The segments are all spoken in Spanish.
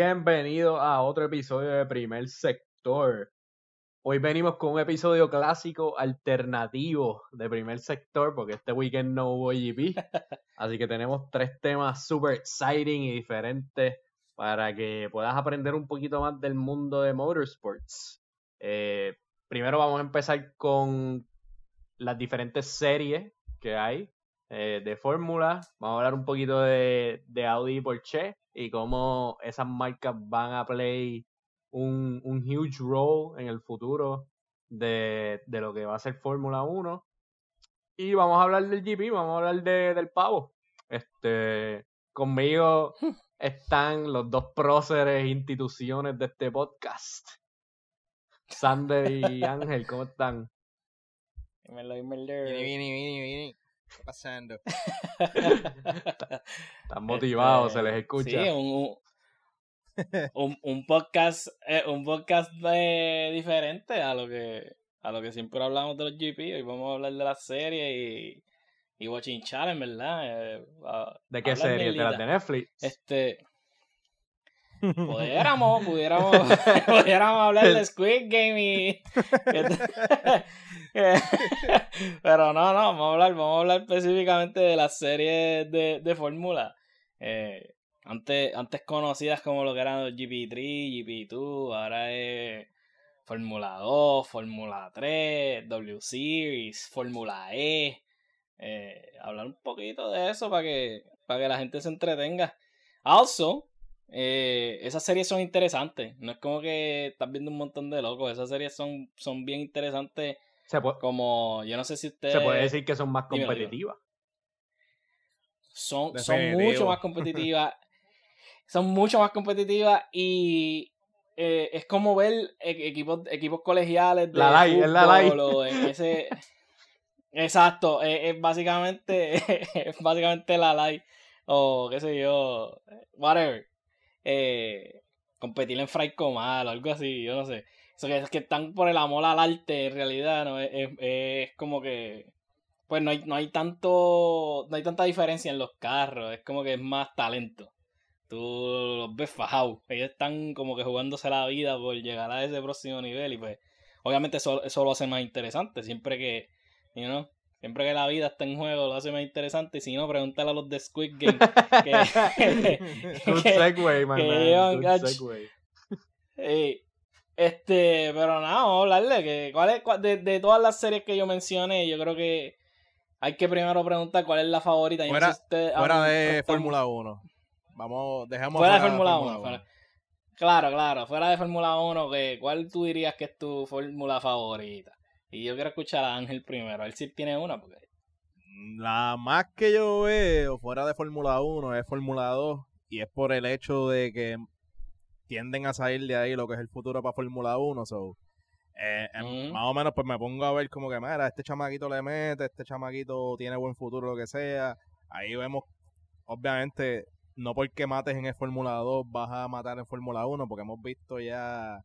Bienvenido a otro episodio de Primer Sector. Hoy venimos con un episodio clásico alternativo de Primer Sector porque este weekend no hubo GP. Así que tenemos 3 temas super exciting y diferentes para que puedas aprender un poquito más del mundo de motorsports. Primero vamos a empezar con las diferentes series que hay de fórmula. Vamos a hablar un poquito de Audi y Porsche y cómo esas marcas van a play un huge role en el futuro de lo que va a ser Fórmula 1. Y vamos a hablar del GP, vamos a hablar del pavo. Conmigo están los dos próceres instituciones de este podcast. Sander y Ángel, ¿cómo están? Vini. ¿Qué está pasando? Están motivados, se les escucha. Sí, un podcast diferente a lo que siempre hablamos de los GP. Hoy vamos a hablar de las series y Watching Challenge, ¿verdad? ¿De qué serie? ¿De las de Netflix? Pudiéramos hablar de Squid Game y pero no, vamos a hablar específicamente de las series de fórmula. Antes conocidas como lo que eran los GP3, GP2, ahora es Fórmula 2, Fórmula 3, W Series, Fórmula E. Hablar un poquito de eso para que la gente se entretenga. Also, esas series son interesantes. No es como que estás viendo un montón de locos. Esas series son bien interesantes. Como, yo no sé si ustedes... Se puede decir que son más competitivas. Son mucho más competitivas. Son mucho más competitivas y es como ver equipos colegiales de fútbol en ese... Exacto, es básicamente la live o qué sé yo, whatever. Competir en Fray Comal o algo así, yo no sé. Eso que es que están por el amor al arte, en realidad, ¿no? Es como que pues no hay tanta diferencia en los carros, es como que es más talento. Tú los ves fajados, ellos están como que jugándose la vida por llegar a ese próximo nivel y pues obviamente eso lo hace más interesante, siempre que la vida está en juego lo hace más interesante. Y si no, pregúntale a los de Squid Game. Good segue, man. Good segue. Pero nada, vamos a hablarle. De todas las series que yo mencioné, yo creo que hay que primero preguntar cuál es la favorita. Fuera de Fórmula 1. Dejemos fuera de Fórmula 1. Claro, fuera de Fórmula 1, ¿cuál tú dirías que es tu fórmula favorita? Y yo quiero escuchar a Ángel primero, a ver si tiene una. Porque... La más que yo veo fuera de Fórmula 1 es Fórmula 2. Y es por el hecho de que tienden a salir de ahí lo que es el futuro para Fórmula 1. So, más o menos pues me pongo a ver como que, mira, este chamaquito le mete, este chamaquito tiene buen futuro, lo que sea. Ahí vemos, obviamente, no porque mates en el Fórmula 2 vas a matar en Fórmula 1, porque hemos visto ya...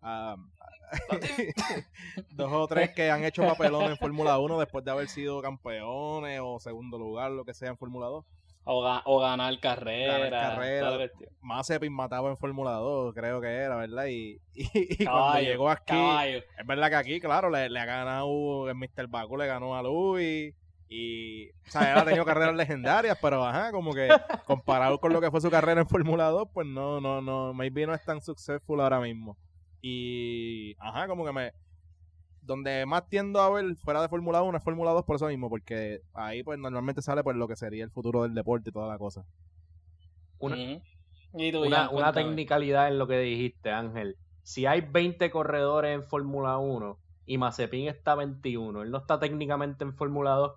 2 o 3 que han hecho papelón en Fórmula 1 después de haber sido campeones o segundo lugar, lo que sea en Fórmula 2. O ganar carrera. Mazepin mataba en Fórmula 2, creo que era, ¿verdad? Y cuando llegó aquí, es verdad que aquí, claro, le ha ganado el Mr. Baku, le ganó a Louis. Y, o sea, él ha tenido carreras legendarias, pero como que comparado con lo que fue su carrera en Fórmula 2, pues no, maybe no es tan successful ahora mismo. Y, como que donde más tiendo a ver fuera de Fórmula 1 es Fórmula 2 por eso mismo, porque ahí pues normalmente sale pues lo que sería el futuro del deporte y toda la cosa. Una tecnicalidad en lo que dijiste, Ángel. Si hay 20 corredores en Fórmula 1 y Mazepin está 21, ¿él no está técnicamente en Fórmula 2?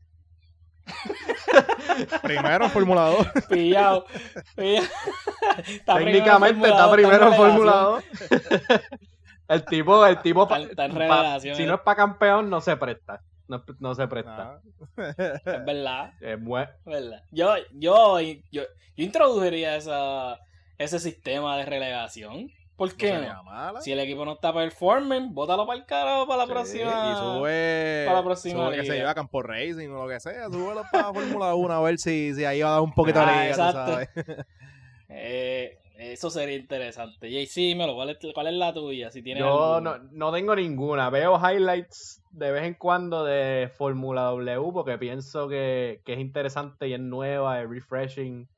Primero en Fórmula 2. Pillado. Técnicamente está primero en Fórmula 2. El tipo está en revelación, si no es para campeón, no se presta. No se presta. Es verdad. Es verdad. Yo introduciría ese sistema de relegación. ¿Por qué no? Si el equipo no está performing, bótalo para el carajo para la próxima. Y sube que se lleva a Campo Racing o lo que sea, súbelo para Fórmula 1 a ver si ahí va a dar un poquito de liga, exacto. ¿sabes? Eso sería interesante. JC, ¿cuál es la tuya? Si tienes Yo alguna. no tengo ninguna. Veo highlights de vez en cuando de Fórmula W porque pienso que es interesante y es nueva, es refreshing.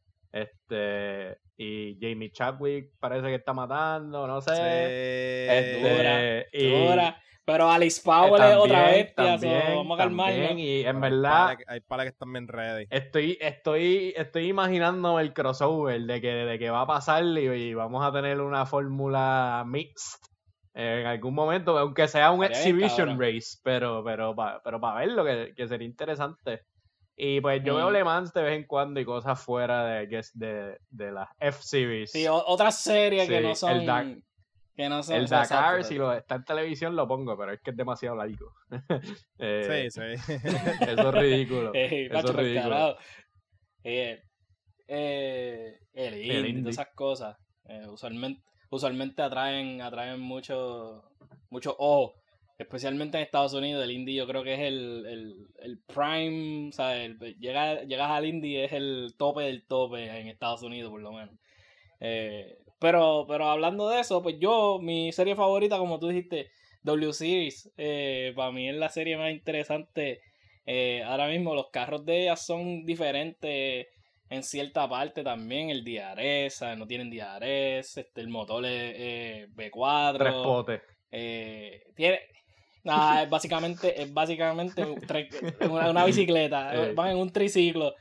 Y Jamie Chadwick parece que está matando, no sé. Sí. Es dura. Pero Alice Powell es otra bestia, vamos a calmarnos. Y en verdad hay palas que están bien ready. Estoy imaginándome el crossover de que va a pasar y vamos a tener una fórmula mixed en algún momento, aunque sea un exhibition race, pero para verlo, que sería interesante. Y pues yo veo Le Mans de vez en cuando y cosas fuera de las F-Series. Sí, otras series que no son... El Dakar, si está en televisión, lo pongo, pero es que es demasiado largo. Sí. Eso es ridículo. Eso es ridículo. El Indy, todas esas cosas. Usualmente atraen mucho ojo. Especialmente en Estados Unidos, el Indy yo creo que es el prime, ¿sabes? Llegas al Indy, es el tope del tope en Estados Unidos, por lo menos. Pero hablando de eso, pues mi serie favorita, como tú dijiste, W Series, para mí es la serie más interesante. Ahora mismo los carros de ellas son diferentes en cierta parte también. El DRS, no tienen DRS, el motor es V4. 3 potes. Es básicamente una bicicleta. Van en un triciclo.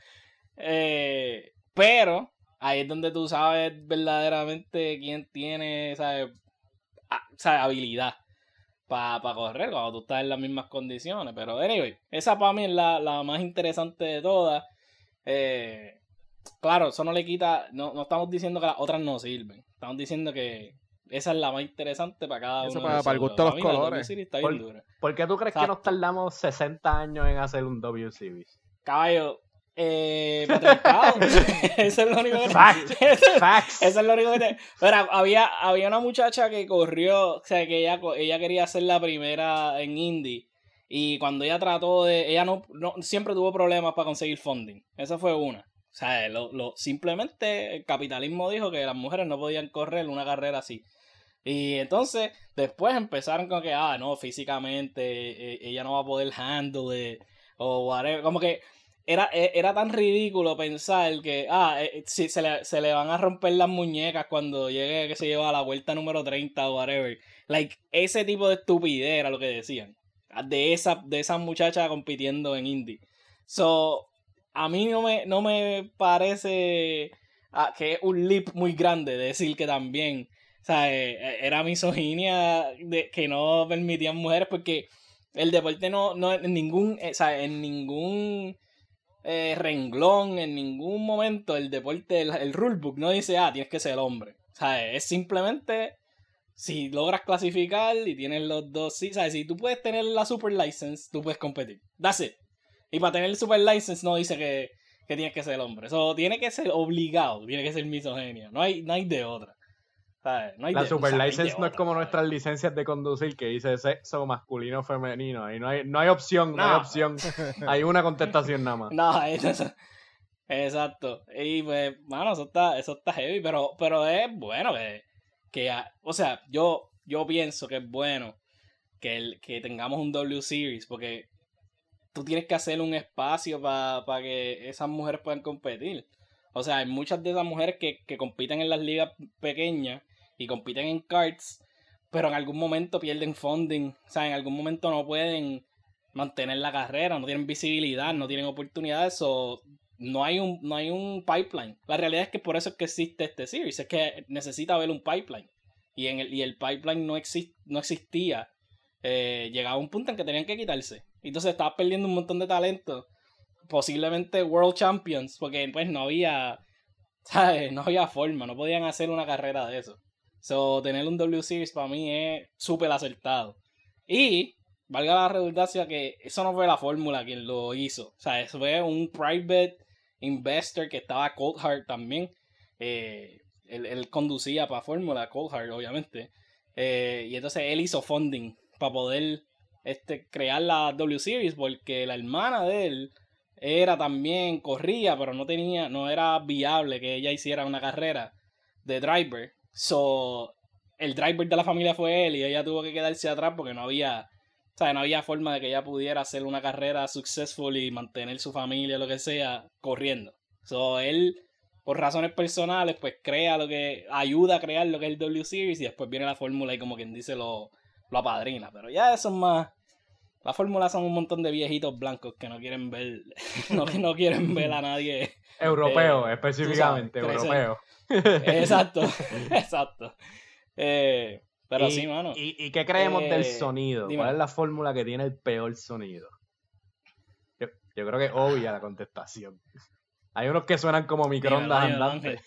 Pero ahí es donde tú sabes verdaderamente quién tiene, ¿sabes? Habilidad para correr cuando tú estás en las mismas condiciones. Pero anyway, esa para mí es la más interesante de todas. Claro, eso no le quita, no estamos diciendo que las otras no sirven. Estamos diciendo que esa es la más interesante para cada uno. Eso para el gusto de los colores. ¿Por qué tú crees que nos tardamos 60 años en hacer un W Series? Caballo, patriarcado. Eso es lo único que Facts. Eso es lo único que Pero había una muchacha que corrió, o sea, que ella quería ser la primera en Indy. Y cuando ella trató ella no siempre tuvo problemas para conseguir funding. Esa fue una. O sea, simplemente el capitalismo dijo que las mujeres no podían correr una carrera así. Y entonces después empezaron con que, no, físicamente ella no va a poder handle it, o whatever. Como que era tan ridículo pensar que si se le van a romper las muñecas cuando llegue, que se lleva a la vuelta número 30 o whatever. Like, ese tipo de estupidez era lo que decían. De esa muchacha compitiendo en Indy. So, a mí no me parece que es un leap muy grande decir que también, o sea, era misoginia de que no permitían mujeres, porque el deporte no en ningún, renglón, en ningún momento el deporte, el rulebook no dice, tienes que ser hombre. O sea, es simplemente si logras clasificar y tienes los dos, sí, ¿sabes? Si tú puedes tener la super license, tú puedes competir. That's it. Y para tener el super license no dice que tienes que ser hombre. Eso tiene que ser obligado, tiene que ser misoginia. No hay de otra. ¿Sabes? La super license no es como nuestras licencias de conducir que dice sexo masculino o femenino. Ahí no hay opción, no hay opción. Hay una contestación nada más. No, exacto. Y pues, mano, eso está heavy, pero es bueno o sea, yo pienso que es bueno que tengamos un W Series, porque tú tienes que hacer un espacio para que esas mujeres puedan competir. O sea, hay muchas de esas mujeres que compiten en las ligas pequeñas y compiten en karts, pero en algún momento pierden funding. O sea, en algún momento no pueden mantener la carrera, no tienen visibilidad, no tienen oportunidades, o no hay un pipeline. La realidad es que por eso es que existe este series, es que necesita haber un pipeline. Y el pipeline no existía. Llegaba a un punto en que tenían que quitarse. Entonces estabas perdiendo un montón de talento. Posiblemente World Champions, porque pues no había, ¿sabes? No había forma, no podían hacer una carrera de eso. So, tener un W Series para mí es súper acertado. Y, valga la redundancia, que eso no fue la fórmula quien lo hizo. O sea, eso fue un private investor que estaba Coulthard también. Él conducía para fórmula, Coulthard, obviamente. Y entonces él hizo funding para poder crear la W Series, porque la hermana de él corría, pero no era viable que ella hiciera una carrera de driver. So, el driver de la familia fue él y ella tuvo que quedarse atrás porque no había forma de que ella pudiera hacer una carrera successful y mantener su familia, lo que sea, corriendo. So, él, por razones personales, pues ayuda a crear lo que es el W Series y después viene la fórmula y como quien dice lo apadrina. Pero ya eso es más... La fórmula son un montón de viejitos blancos que no quieren ver no quieren ver a nadie europeo, específicamente, europeo. Exacto. Pero sí, mano. ¿Y qué creemos del sonido? Dime. ¿Cuál es la fórmula que tiene el peor sonido? Yo creo que es obvia la contestación. Hay unos que suenan como microondas andantes.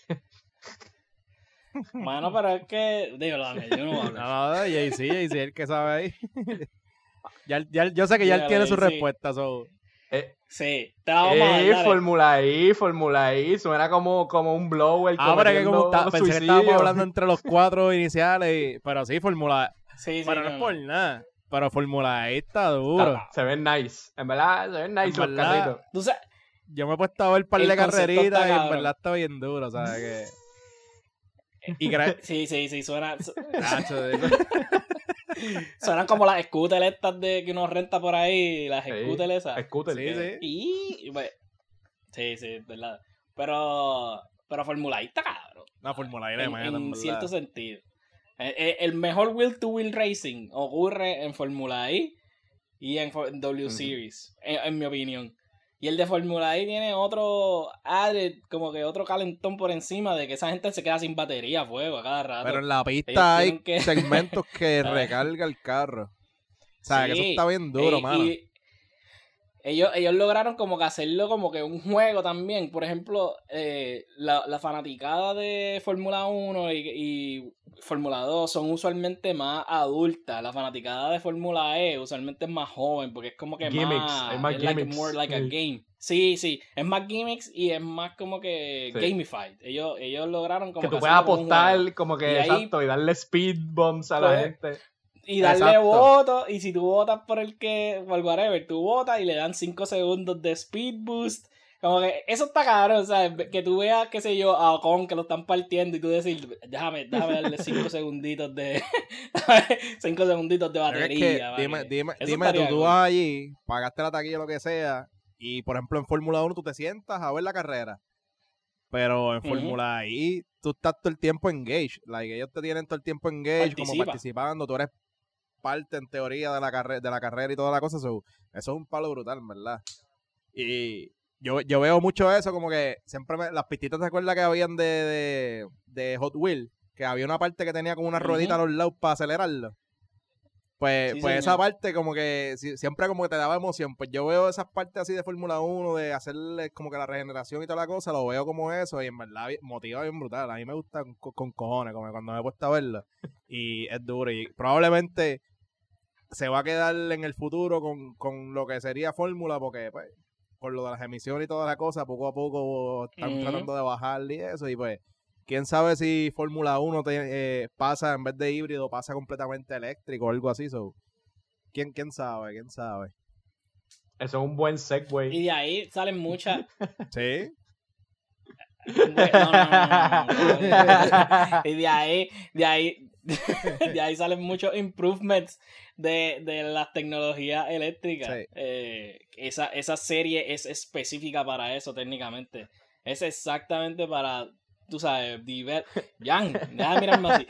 Mano, pero es que... Dímelo, Ángel, yo no voy a hablar. No, JC, el que sabe ahí. Yo sé que ya él tiene su respuesta. Sí, te la vamos a dar. Fórmula I, suena como un blower. Pero es que como pensé que estábamos hablando entre los 4 iniciales, pero sí, Fórmula I. Sí, pero no es por nada. Pero Fórmula I está duro. Se ven nice. En verdad, se ven nice los carritos. Yo me he puesto a ver un par de carreritas y en verdad está bien duro, ¿sabes? Sí, suena... Suenan como las scooters estas que uno renta por ahí, las scooters esas. Scooter, y pues, sí, verdad. Pero Fórmula I está cabrón. No, Fórmula I en cierto sentido. El mejor wheel to wheel racing ocurre en Fórmula I y en W Series, en mi opinión. Y el de Fórmula I tiene otro added, como que otro calentón por encima de que esa gente se queda sin batería a fuego a cada rato. Pero en la pista hay segmentos que recarga el carro. O sea, que eso está bien duro, mano. Y ellos lograron como que hacerlo como que un juego también. Por ejemplo, la fanaticada de Fórmula 1 y Fórmula 2 son usualmente más adultas. La fanaticada de Fórmula E usualmente es más joven porque es como que gimmicks, más gimmicks. Like more like a game. Sí, es más gimmicks y es más como que gamified. Ellos lograron como que tú puedas apostar como que exacto y darle speed bumps a la gente. Y darle votos, y si tú votas por whatever, tú votas y le dan 5 segundos de speed boost. Como que eso está cabrón, ¿sabes? Que tú veas, qué sé yo, a Ocon que lo están partiendo y tú decir, déjame darle 5 segunditos de 5 segunditos de batería. Es que, dime tú vas allí, pagaste la taquilla o lo que sea, y por ejemplo en Fórmula 1 tú te sientas a ver la carrera. Pero en Fórmula I tú estás todo el tiempo engaged. Ellos te tienen todo el tiempo engaged, como participando, tú eres parte en teoría de la carrera y toda la cosa. Eso es un palo brutal, ¿verdad? Y yo veo mucho eso, como que siempre las pistitas, ¿te acuerdas que habían de Hot Wheels? Que había una parte que tenía como una ruedita a los lados para acelerarlo. Pues esa parte como que siempre como que te daba emoción. Pues yo veo esas partes así de Fórmula 1, de hacerle como que la regeneración y toda la cosa, lo veo como eso y en verdad motiva bien brutal. A mí me gusta con cojones, como cuando me he puesto a verlo. Y es duro y probablemente se va a quedar en el futuro con lo que sería Fórmula porque pues por lo de las emisiones y toda la cosa, poco a poco están tratando de bajarle y eso y pues quién sabe si Fórmula 1 pasa, en vez de híbrido, pasa completamente eléctrico o algo así. ¿Quién sabe? Eso es un buen segue. Y de ahí salen muchas... ¿Sí? No. Y de ahí salen muchos improvements de las tecnologías eléctricas. Sí. Esa serie es específica para eso técnicamente. Es exactamente para... Tú sabes, Jan, déjame mirarme así.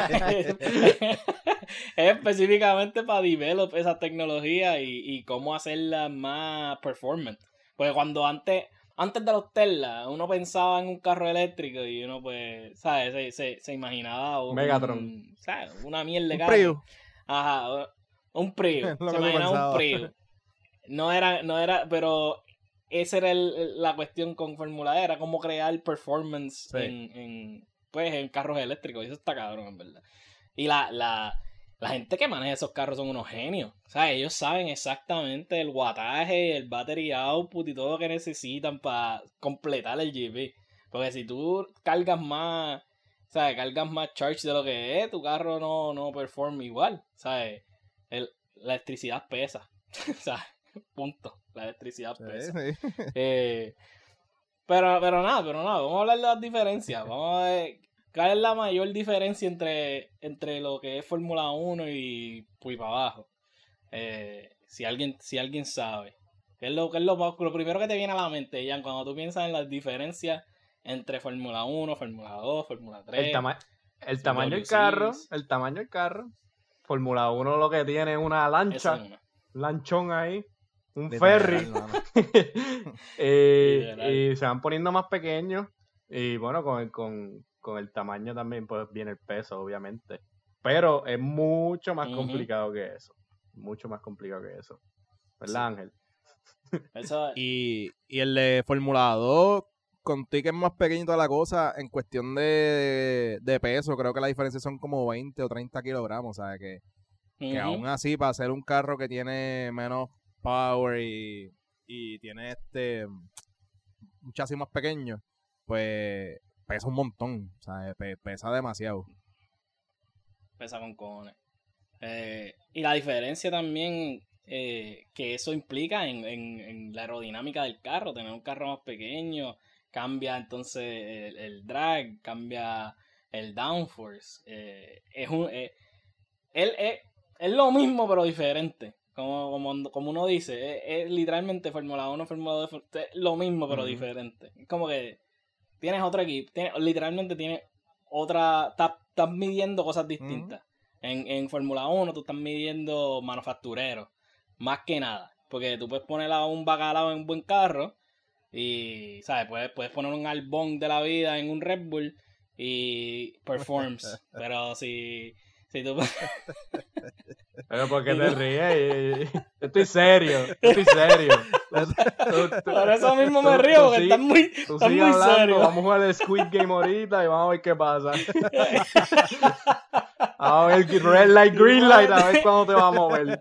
Es específicamente para develop esa tecnología y cómo hacerla más performant. Porque cuando antes de los Tesla, uno pensaba en un carro eléctrico y uno, pues, ¿sabes? Se imaginaba Megatron. ¿sabes? Una mierda de carro. Un Prius. Ajá, un Prius. Se imaginaba un Prius. No era, pero esa era la cuestión con Fórmula E, era cómo crear performance en carros eléctricos. Y eso está cabrón, en verdad. Y la gente que maneja esos carros son unos genios. O sea, ellos saben exactamente el wattaje, el battery output y todo lo que necesitan para completar el GP. Porque si tú cargas más charge de lo que es, tu carro no performa igual. ¿Sabes? La electricidad pesa. O sea, punto. La electricidad pesa. Sí. Pero nada, vamos a hablar de las diferencias. Vamos a ver ¿cuál es la mayor diferencia entre lo que es Fórmula 1 y para abajo? Si alguien sabe. ¿Qué es lo primero que te viene a la mente, Jan, cuando tú piensas en las diferencias entre Fórmula 1, Fórmula 2, Fórmula 3? El tamaño del carro. Fórmula 1 lo que tiene es una lancha, un lanchón ahí, un ferry. Y se van poniendo más pequeños. Y bueno, con el tamaño también pues viene el peso, obviamente. Pero es mucho más complicado que eso. Mucho más complicado que eso. ¿Verdad, Ángel? Y el de Fórmula 2, con ti que es más pequeño toda la cosa, en cuestión de peso, creo que la diferencia son como 20 o 30 kilogramos, ¿sabes? Que aún así, para hacer un carro que tiene menos power y tiene un chasis más pequeño, pues pesa un montón, ¿sabes? Pesa demasiado. Pesa con cojones. Y la diferencia también que eso implica en la aerodinámica del carro, tener un carro más pequeño, cambia entonces el drag, cambia el downforce. Es lo mismo pero diferente. Como uno dice, es literalmente Fórmula 1, Fórmula 2, es lo mismo pero diferente. Es como que tienes otro equipo, literalmente tienes otra, estás midiendo cosas distintas. En Fórmula 1 tú estás midiendo manufactureros, más que nada. Porque tú puedes poner a un bacalao en un buen carro y, ¿sabes? Puedes poner un Albon de la vida en un Red Bull y performs. Pero si tú... Pero ¿por qué te ríes? Yo estoy serio. Por eso mismo me río, porque estás muy serio. Vamos a jugar el Squid Game ahorita y vamos a ver qué pasa. Vamos a ver red light, green light, a ver cuándo te vas a mover.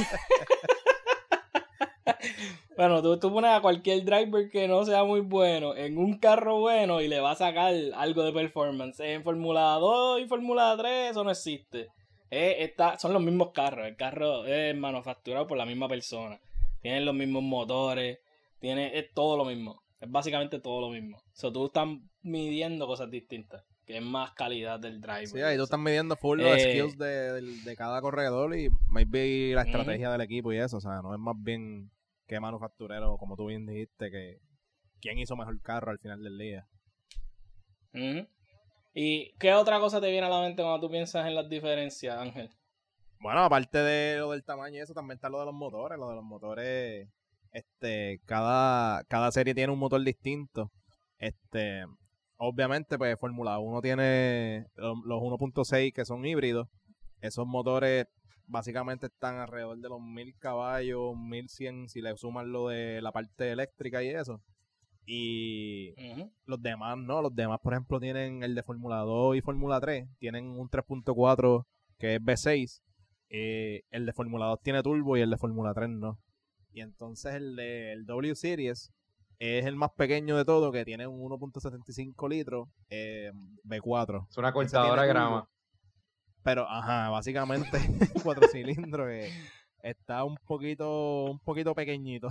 Bueno, tú pones a cualquier driver que no sea muy bueno en un carro bueno y le va a sacar algo de performance. En Fórmula 2 y Fórmula 3 eso no existe. Son los mismos carros. El carro es manufacturado por la misma persona. Tienen los mismos motores. Es todo lo mismo. Es básicamente todo lo mismo. Tú estás midiendo cosas distintas. Que es más calidad del driver. Sí, ahí tú estás midiendo full los skills de cada corredor y maybe la estrategia del equipo y eso. O sea, no es más bien que manufacturero, como tú bien dijiste, que quién hizo mejor carro al final del día. ¿Y qué otra cosa te viene a la mente cuando tú piensas en las diferencias, Ángel? Bueno, aparte de lo del tamaño y eso, también está lo de los motores. Lo de los motores, cada serie tiene un motor distinto. Obviamente, pues Fórmula 1 tiene los 1.6 que son híbridos. Esos motores básicamente están alrededor de los 1000 caballos, 1100 si le suman lo de la parte eléctrica y eso. Y los demás, ¿no? Los demás, por ejemplo, tienen el de Fórmula 2 y Fórmula 3. Tienen un 3.4 que es V6. El de Fórmula 2 tiene turbo y el de Fórmula 3 no. Y entonces el W Series es el más pequeño de todo, que tiene un 1.75 litros V4. Es una cortadora de grama. Pero, básicamente 4 cilindros. Está un poquito pequeñito.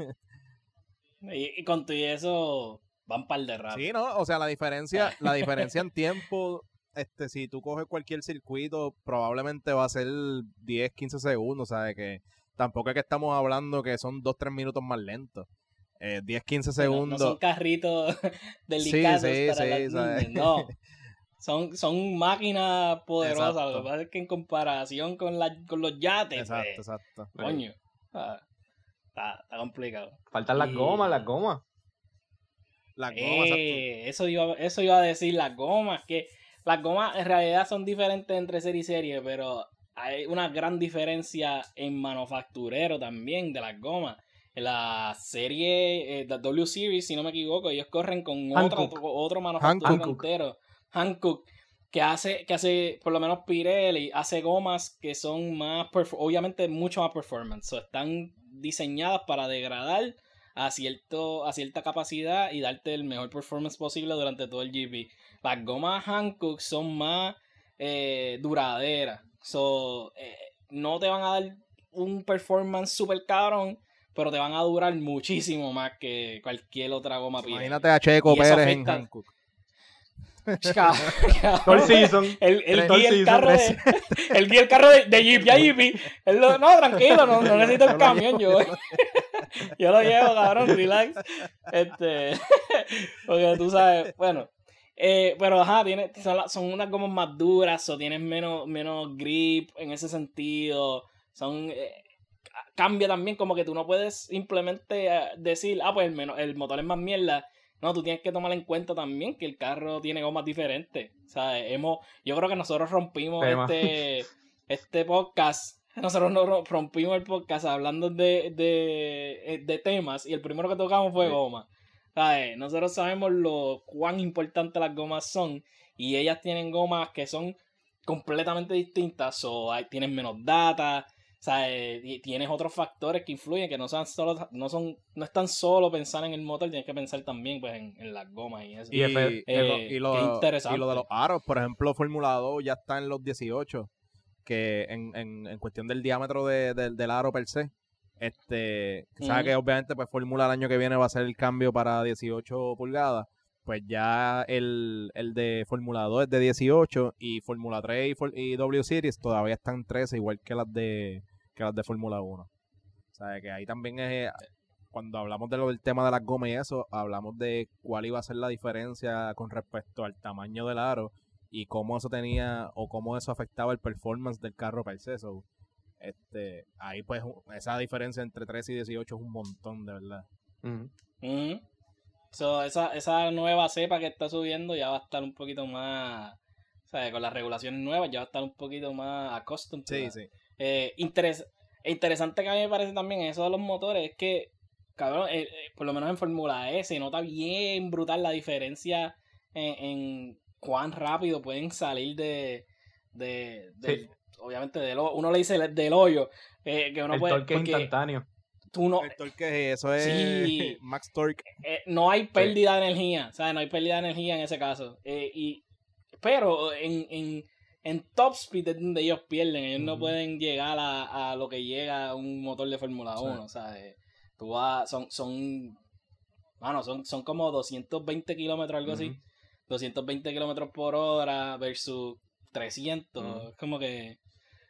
Y con todo eso van par de rato. Sí, ¿no? O sea, la diferencia en tiempo, si tú coges cualquier circuito, probablemente va a ser 10, 15 segundos, ¿sabes? Que tampoco es que estamos hablando que son 2-3 minutos más lentos. 10, 15 segundos. No son carritos delicados para las niñas, no. Son máquinas poderosas. Exacto. Lo que pasa es que en comparación con los yates, exacto. Coño, está complicado. Faltan las gomas. Las gomas, exacto. Eso iba a decir, las gomas, que las gomas en realidad son diferentes entre serie y serie, pero hay una gran diferencia en manufacturero también de las gomas. En la serie, la W Series, si no me equivoco, ellos corren con otro manufacturero entero. Hankook, que hace, por lo menos Pirelli, hace gomas que son más, obviamente mucho más performance. Están diseñadas para degradar a cierta capacidad y darte el mejor performance posible durante todo el GP. Las gomas Hankook son más duraderas. No te van a dar un performance super cabrón, pero te van a durar muchísimo más que cualquier otra goma Pirelli. Imagínate a Checo Pérez en Hankook. Todo el season. El guía el carro de Jeep, no, tranquilo, no necesito el camión, yo lo llevo, cabrón, relax. Porque tú sabes, bueno. Pero ajá, son unas gomas más duras o tienes menos grip en ese sentido. Cambia también, como que tú no puedes simplemente decir, pues el motor es más mierda. No, tú tienes que tomar en cuenta también que el carro tiene gomas diferentes. O sea, yo creo que nosotros rompimos este podcast. Nosotros rompimos el podcast hablando de temas y el primero que tocamos fue goma. Nosotros sabemos cuán importantes las gomas son y ellas tienen gomas que son completamente distintas o tienen menos data, tienes otros factores que influyen que no es tan solo pensar en el motor, tienes que pensar también pues en las gomas y eso. Y lo de los aros, por ejemplo, Fórmula 2 ya está en los 18, que en cuestión del diámetro del aro per se. Sabe que obviamente pues Fórmula el año que viene va a ser el cambio para 18 pulgadas, pues ya el de Fórmula 2 es de 18 y Fórmula 3 y W Series todavía están 13, igual que las de Fórmula 1. O sea, que ahí también es, cuando hablamos del tema de las gomas y eso, hablamos de cuál iba a ser la diferencia con respecto al tamaño del aro y cómo eso tenía o cómo eso afectaba el performance del carro per se. So, ahí pues esa diferencia entre 13 y 18 es un montón, de verdad. So, esa nueva cepa que está subiendo ya va a estar un poquito más, con las regulaciones nuevas ya va a estar un poquito más accustomed. Sí. Interesante que a mí me parece también eso de los motores es que, cabrón, por lo menos en Fórmula E se nota bien brutal la diferencia en cuán rápido pueden salir obviamente uno le dice del hoyo, que uno el puede, torque es instantáneo. El torque, eso es max torque. No hay pérdida de energía, no hay pérdida de energía en ese caso. Pero en top speed es donde ellos pierden. Ellos no pueden llegar a lo que llega un motor de Fórmula 1. Tú vas, son como 220 kilómetros, algo así. 220 kilómetros por hora versus 300. Es como que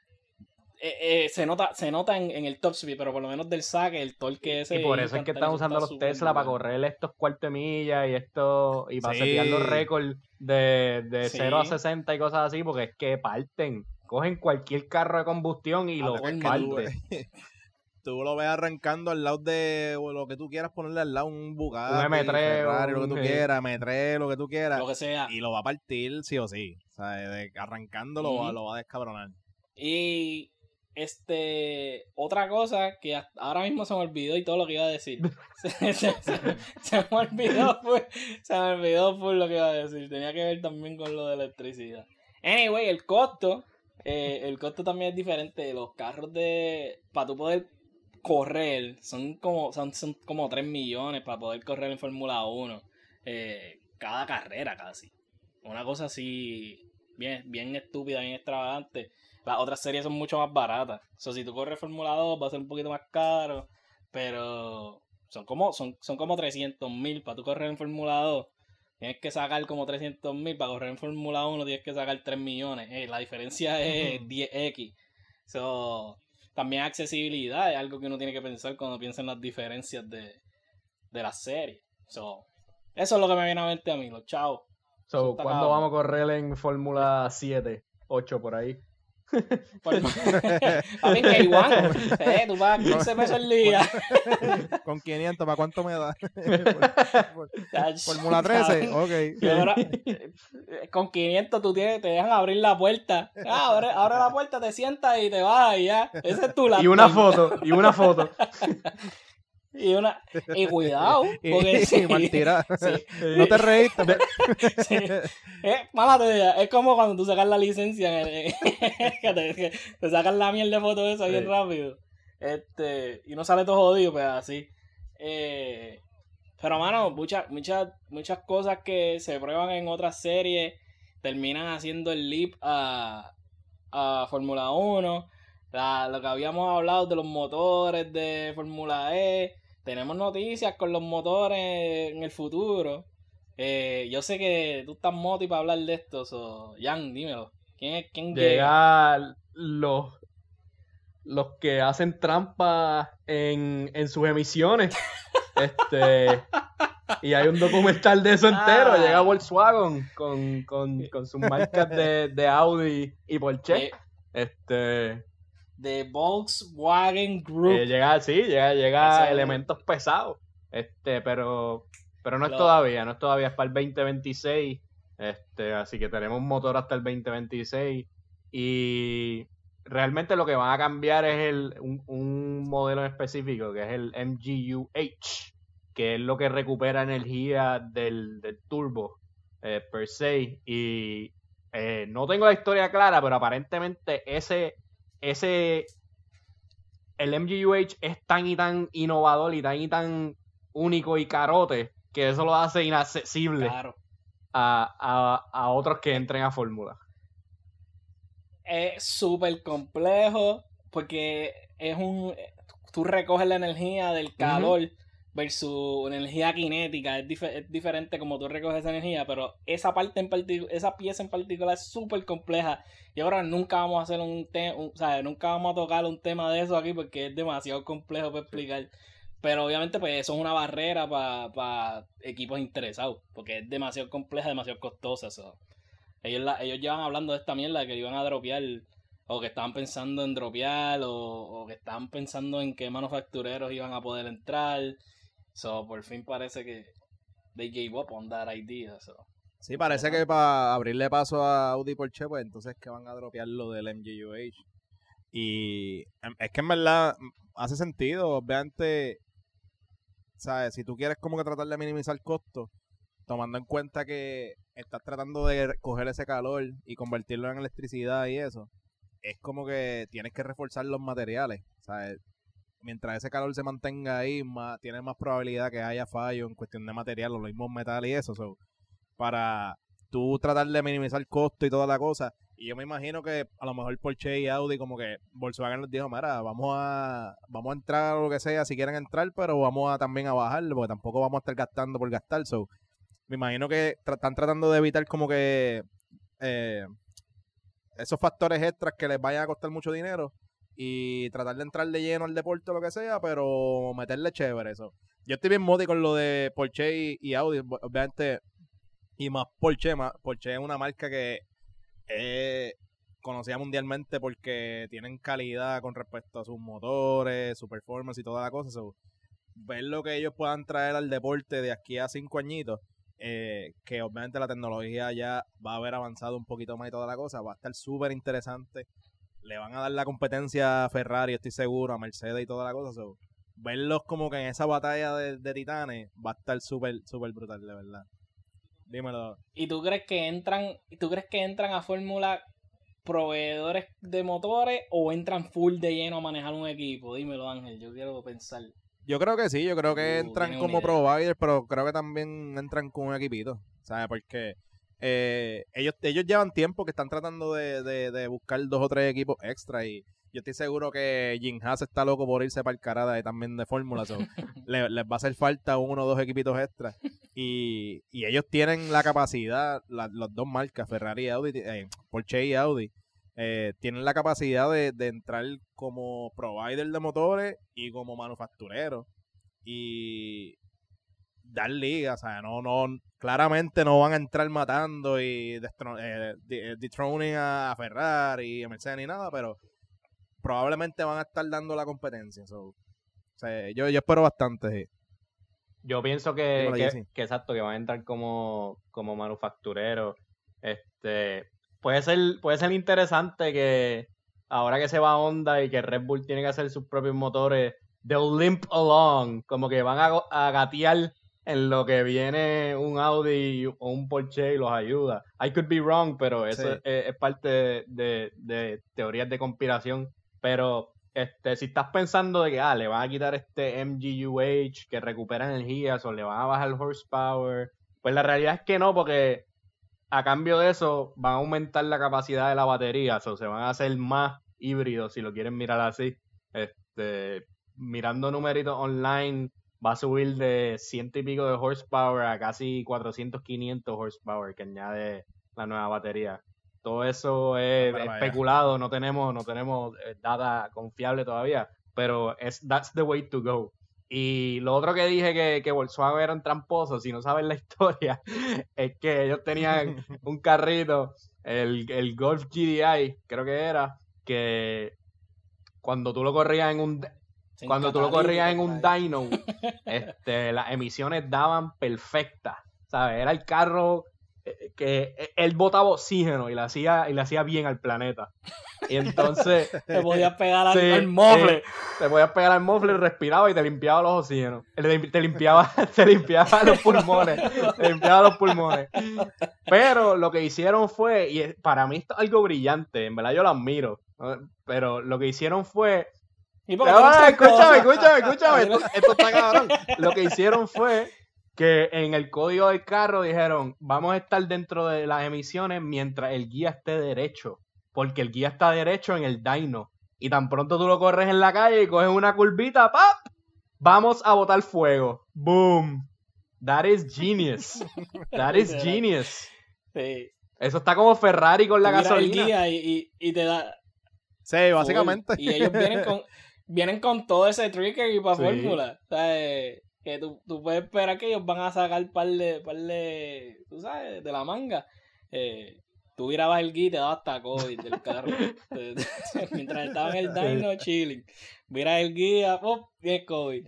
se nota en el top speed, pero por lo menos del saque, el torque ese. Y por eso es que están usando los Tesla para correr estos cuartos de milla y para setear los récords de 0 a 60 y cosas así, porque es que parten. Cogen cualquier carro de combustión y lo parten. Tú lo ves arrancando al lado de lo que tú quieras ponerle al lado, un Bugatti, un M3, Ferrari, lo que tú quieras, M3, lo que tú quieras. Lo que sea. Y lo va a partir sí o sí. O sea, arrancándolo lo va a descabronar. Y otra cosa que ahora mismo se me olvidó y todo lo que iba a decir. se me olvidó full lo que iba a decir. Tenía que ver también con lo de electricidad. Anyway, el costo también es diferente. Los carros para tú poder correr son como 3 millones para poder correr en Fórmula 1 cada carrera casi. Una cosa así bien estúpida, bien extravagante. Las otras series son mucho más baratas. Si tú corres Fórmula 2 va a ser un poquito más caro, pero son como 300,000 para tú correr en Fórmula 2. Tienes que sacar como 300,000 para correr en Fórmula 1, tienes que sacar 3 millones. La diferencia es 10x. También accesibilidad es algo que uno tiene que pensar cuando piensa en las diferencias de las series. Eso es lo que me viene a mente a mí, los chavos. ¿Cuándo vamos a correr en Fórmula 7, 8 por ahí? A mí que igual, tú pagas 15 pesos al día. Con 500, ¿para cuánto me da? Fórmula 13, ok. Ahora, con 500 te dejan abrir la puerta. Abre la puerta, te sientas y te vas y ya. Ese es tu laptop. Y una foto. Y cuidado, porque mentira. No te reíste. Mala idea. Es como cuando tú sacas la licencia que te sacas la mierda de foto esa bien rápido. Y no sale todo jodido, pues así. Pero mano, muchas cosas que se prueban en otras series terminan haciendo el leap a Fórmula 1. Lo que habíamos hablado de los motores de Fórmula E. Tenemos noticias con los motores en el futuro. Yo sé que tú estás moti para hablar de esto, Jan, dímelo. ¿Quién llega? Los que hacen trampa en sus emisiones. Y hay un documental de eso entero. Llega Volkswagen con sus marcas de Audi y Porsche. De Volkswagen Group. Llega elementos pesados. Pero no es todavía, es para el 2026. Así que tenemos un motor hasta el 2026. Y realmente lo que van a cambiar es un modelo en específico, que es el MGU-H, que es lo que recupera energía del turbo per se. Y no tengo la historia clara, pero aparentemente el MGU-H es tan y tan innovador y tan único y carote que eso lo hace inaccesible a otros que entren a Fórmula. Es súper complejo porque tú recoges la energía del calor versus energía cinética. Es diferente como tú recoges esa energía, pero esa pieza en particular es súper compleja. Y ahora nunca vamos a hacer nunca vamos a tocar un tema de eso aquí porque es demasiado complejo para explicar. Pero obviamente pues eso es una barrera para equipos interesados, porque es demasiado compleja, demasiado costosa. Ellos llevan hablando de esta mierda que iban a dropear, o que estaban pensando en dropear, o que estaban pensando en qué manufactureros iban a poder entrar. Por fin parece que they gave up on that idea. Sí, parece que para abrirle paso a Audi y Porsche, pues entonces que van a dropear lo del MGU-H. Y es que en verdad hace sentido, obviamente, ¿sabes? Si tú quieres como que tratar de minimizar costos, tomando en cuenta que estás tratando de coger ese calor y convertirlo en electricidad y eso, es como que tienes que reforzar los materiales, ¿sabes? Mientras ese calor se mantenga ahí, tienes más probabilidad que haya fallo en cuestión de material, los mismos metales y eso. Para tú tratar de minimizar costo y toda la cosa. Y yo me imagino que a lo mejor Porsche y Audi, como que Volkswagen les dijo, mira, vamos a entrar a lo que sea si quieren entrar, pero vamos a también a bajarlo, porque tampoco vamos a estar gastando por gastar. Me imagino que están tratando de evitar como que esos factores extras que les vayan a costar mucho dinero y tratar de entrar de lleno al deporte o lo que sea, pero meterle chévere eso. Yo estoy bien modi con lo de Porsche y Audi, obviamente, y más Porsche. Porsche es una marca que es conocida mundialmente porque tienen calidad con respecto a sus motores, su performance y toda la cosa. Ver lo que ellos puedan traer al deporte de aquí a 5 añitos, que obviamente la tecnología ya va a haber avanzado un poquito más y toda la cosa, va a estar súper interesante. Le van a dar la competencia a Ferrari, estoy seguro, a Mercedes y toda la cosa. Verlos como que en esa batalla de titanes va a estar súper brutal, de verdad. Dímelo. ¿Y tú crees que entran a Fórmula proveedores de motores o entran full de lleno a manejar un equipo? Dímelo, Ángel, yo quiero pensar. Yo creo que sí, yo creo que entran como providers, pero creo que también entran con un equipito, ¿sabes? Porque ellos llevan tiempo que están tratando de buscar 2 o 3 equipos extra y yo estoy seguro que Jim Haas está loco por irse para el Carada y también de Fórmula. Les va a hacer falta 1 o 2 equipitos extra. Y ellos tienen la capacidad, las 2 marcas, Ferrari y Audi, Porsche y Audi, tienen la capacidad de entrar como provider de motores y como manufacturero. Y dar liga, o sea, claramente no van a entrar matando y dethroning a Ferrari y a Mercedes ni nada, pero probablemente van a estar dando la competencia. O sea, yo espero bastante, sí. Yo pienso que exacto, que van a entrar como manufacturero. Puede ser interesante que ahora que se va Honda y que Red Bull tiene que hacer sus propios motores, they'll limp along, como que van a gatear en lo que viene un Audi o un Porsche y los ayuda. I could be wrong, pero eso es parte de teorías de conspiración. Pero si estás pensando de que le van a quitar este MGU-H que recupera energías o le van a bajar el horsepower, pues la realidad es que no, porque a cambio de eso van a aumentar la capacidad de la batería, o se van a hacer más híbridos si lo quieren mirar así. Mirando numeritos online, va a subir de 100 y pico de horsepower a casi 400, 500 horsepower que añade la nueva batería. Todo eso es especulado, no tenemos data confiable todavía, pero that's the way to go. Y lo otro que dije que Volkswagen eran tramposos, si no saben la historia, es que ellos tenían un carrito, el Golf GDI, creo que era, que cuando tú lo corrías en un dyno, las emisiones daban perfectas, ¿sabes? Era el carro que él botaba oxígeno y le hacía bien al planeta. Y entonces te podías pegar al mofle. Te podías pegar al mofle y respiraba y te limpiaba los oxígenos. Te limpiaba los pulmones. Pero lo que hicieron fue, y para mí esto es algo brillante, en verdad yo lo admiro, ¿no? Pero lo que hicieron fue... Escúchame, esto está cabrón. Lo que hicieron fue que en el código del carro dijeron, vamos a estar dentro de las emisiones mientras el guía esté derecho, porque el guía está derecho en el dyno, y tan pronto tú lo corres en la calle y coges una curvita, ¡pap! Vamos a botar fuego. ¡Boom! That is genius. Sí. Eso está como Ferrari con la gasolina. El guía y te da... Sí, básicamente. Y ellos vienen con todo ese trickery para fórmula. O sea, que tú puedes esperar que ellos van a sacar par de tú sabes, de la manga. Tú virabas el guía y te dabas hasta COVID del carro. Mientras estaba en el dyno chilling. Viras el guía, ¡pop! Tienes COVID.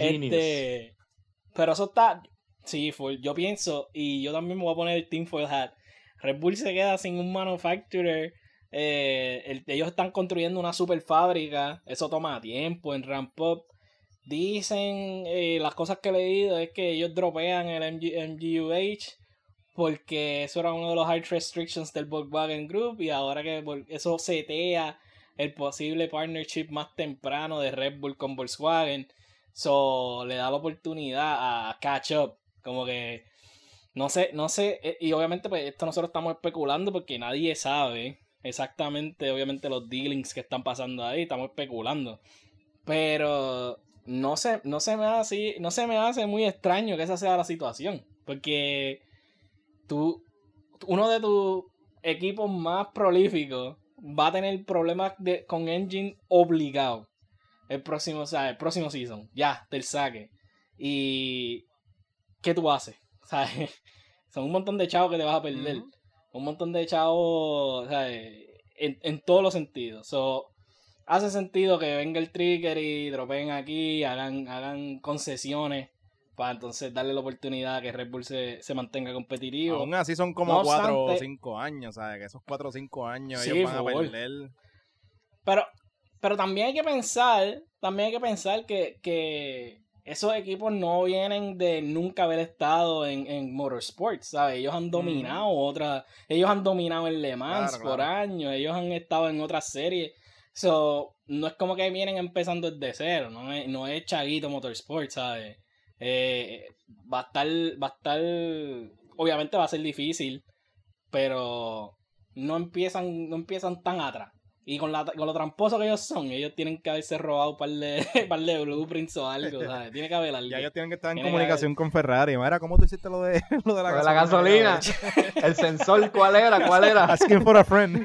Pero eso está... Sí, yo pienso, y yo también me voy a poner el tinfoil hat. Red Bull se queda sin un manufacturer. Ellos están construyendo una super fábrica. Eso toma tiempo en ramp up. Dicen, las cosas que he leído es que ellos dropean el MGUH porque eso era uno de los hard restrictions del Volkswagen Group, y ahora que eso setea el posible partnership más temprano de Red Bull con Volkswagen, le da la oportunidad a catch up. Como que no sé, y obviamente pues esto nosotros estamos especulando porque nadie sabe exactamente, obviamente, los dealings que están pasando ahí, estamos especulando, pero no se me hace muy extraño que esa sea la situación, porque uno de tus equipos más prolíficos va a tener problemas con engine obligado el próximo season, ya, del saque. Y ¿qué tú haces? ¿Sabes? Son un montón de chavos que te vas a perder. Un montón de chavos, ¿sabes? En todos los sentidos. Hace sentido que venga el trigger y dropeen aquí, hagan concesiones para entonces darle la oportunidad a que Red Bull se mantenga competitivo. Aún así son como 4 o 5 años, ¿sabes? Que esos 4 o 5 años sí, ellos van a perder. Pero también hay que pensar que esos equipos no vienen de nunca haber estado en motorsports, ¿sabes? Ellos han dominado ellos han dominado en Le Mans por años, ellos han estado en otras series. No es como que vienen empezando desde cero, no es Chaguito Motorsports, ¿sabes? Va a estar, obviamente va a ser difícil, pero no empiezan tan atrás. Y con lo tramposo que ellos son, ellos tienen que haberse robado un par de blueprints o algo, ¿sabes? Tiene que haber algo. Ya ellos tienen que estar en comunicación con Ferrari. Mira, ¿cómo tú hiciste lo de la gasolina? El sensor, ¿cuál era? Asking for a friend.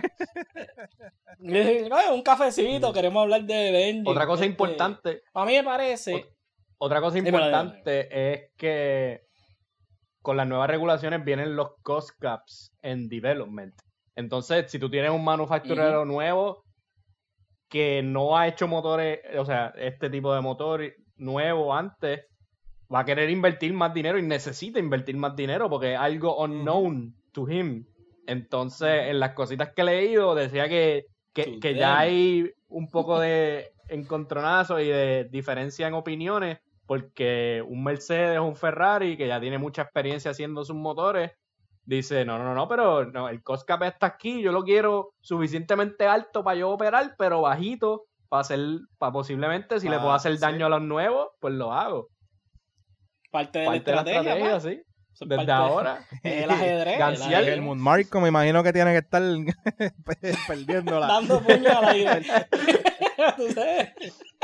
Un cafecito, queremos hablar del engine. Otra cosa importante. A mí me parece... Otra cosa importante es que con las nuevas regulaciones vienen los cost caps en development. Entonces, si tú tienes un manufacturero nuevo que no ha hecho motores, o sea, este tipo de motor nuevo antes, va a querer invertir más dinero y necesita invertir más dinero porque es algo unknown to him. Entonces, en las cositas que he leído, decía que ya hay un poco de encontronazo y de diferencia en opiniones, porque un Mercedes o un Ferrari, que ya tiene mucha experiencia haciendo sus motores, dice, no, pero el cost cap está aquí, yo lo quiero suficientemente alto para yo operar, pero bajito para posiblemente, si le puedo hacer daño a los nuevos, pues lo hago. Parte de la estrategia, sí. Desde ahora. El ajedrez. El Marco me imagino que tiene que estar perdiéndola. Dando puño al aire. ¿Tú sabes?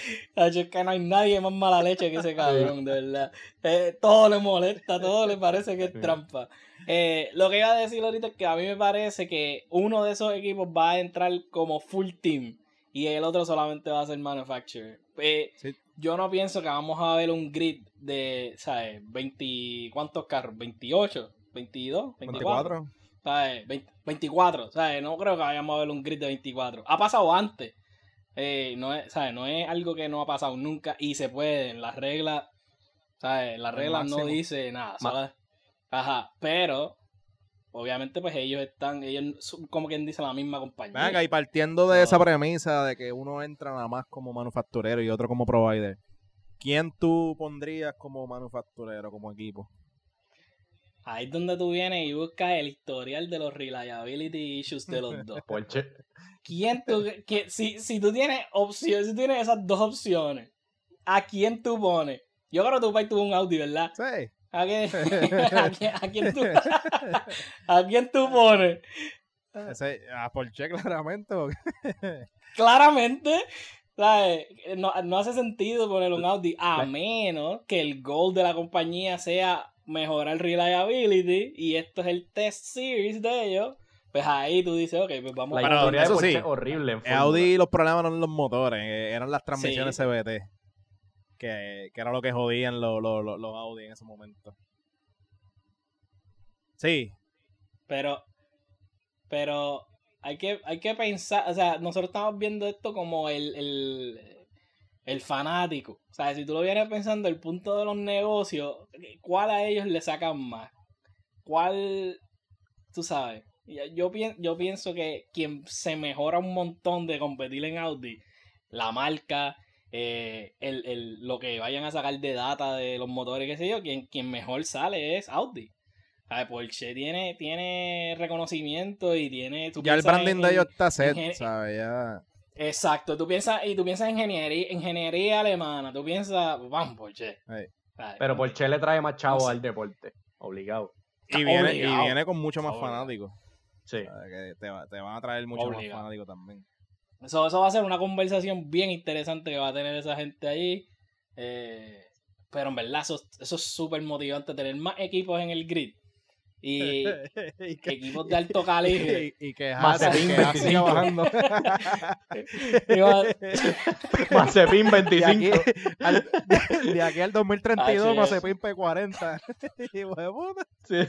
Es que no hay nadie más mala leche que ese cabrón, de verdad. Todo le molesta, todo le parece que es trampa. Lo que iba a decir ahorita es que a mí me parece que uno de esos equipos va a entrar como full team y el otro solamente va a ser manufacturer. Sí. Yo no pienso que vamos a ver un grid de, ¿sabes? 20, ¿cuántos carros? ¿28? ¿22? ¿24? ¿Sabes? 24, ¿sabes? No creo que vayamos a ver un grid de 24. Ha pasado antes. No es, ¿sabes? No es algo que no ha pasado nunca y se puede. En las reglas, ¿sabes? Las reglas no dice nada, ¿sabes? Ajá, pero obviamente pues ellos son como quien dice la misma compañía. Venga, y partiendo de esa premisa de que uno entra nada más como manufacturero y otro como provider, ¿quién tú pondrías como manufacturero, como equipo? Ahí es donde tú vienes y buscas el historial de los reliability issues de los dos. Porsche. ¿Quién tú, si tú tienes opciones, si tienes esas dos opciones, ¿a quién tú pones? Yo creo que tu país tuvo un Audi, ¿verdad? Sí. ¿A quién tú pones? A Porsche, claramente. Claramente, ¿sabes? No hace sentido poner un Audi a menos que el goal de la compañía sea mejorar reliability y esto es el test series de ellos. Pues ahí tú dices, ok, pues vamos a... La historia de Porsche es horrible. Audi, los problemas no eran los motores, eran las transmisiones CVT. Que era lo que jodían los Audi en ese momento. Sí. Pero hay que pensar, o sea, nosotros estamos viendo esto como el fanático. O sea, si tú lo vienes pensando, el punto de los negocios, ¿cuál a ellos le sacan más? ¿Cuál, tú sabes? Yo pienso que quien se mejora un montón de competir en Audi, la marca, lo que vayan a sacar de data de los motores, qué sé yo, quien mejor sale es Audi. Porsche tiene reconocimiento y tiene... Ya el branding de ellos está set, ¿sabes? Ya... Exacto, tú piensas en ingeniería alemana, tú piensas, vamos, Porsche. Pero Porsche le trae más chavos al deporte, obligado. Y viene con mucho más fanáticos. Sí. O sea, que te van a traer mucho más fanáticos también. Eso va a ser una conversación bien interesante que va a tener esa gente ahí. Pero en verdad, eso es súper motivante, tener más equipos en el grid. Y equipos de alto calibre. Y que Mazepin siga bajando. Mazepin 25. De aquí al 2032, Mazepin P40. Sí.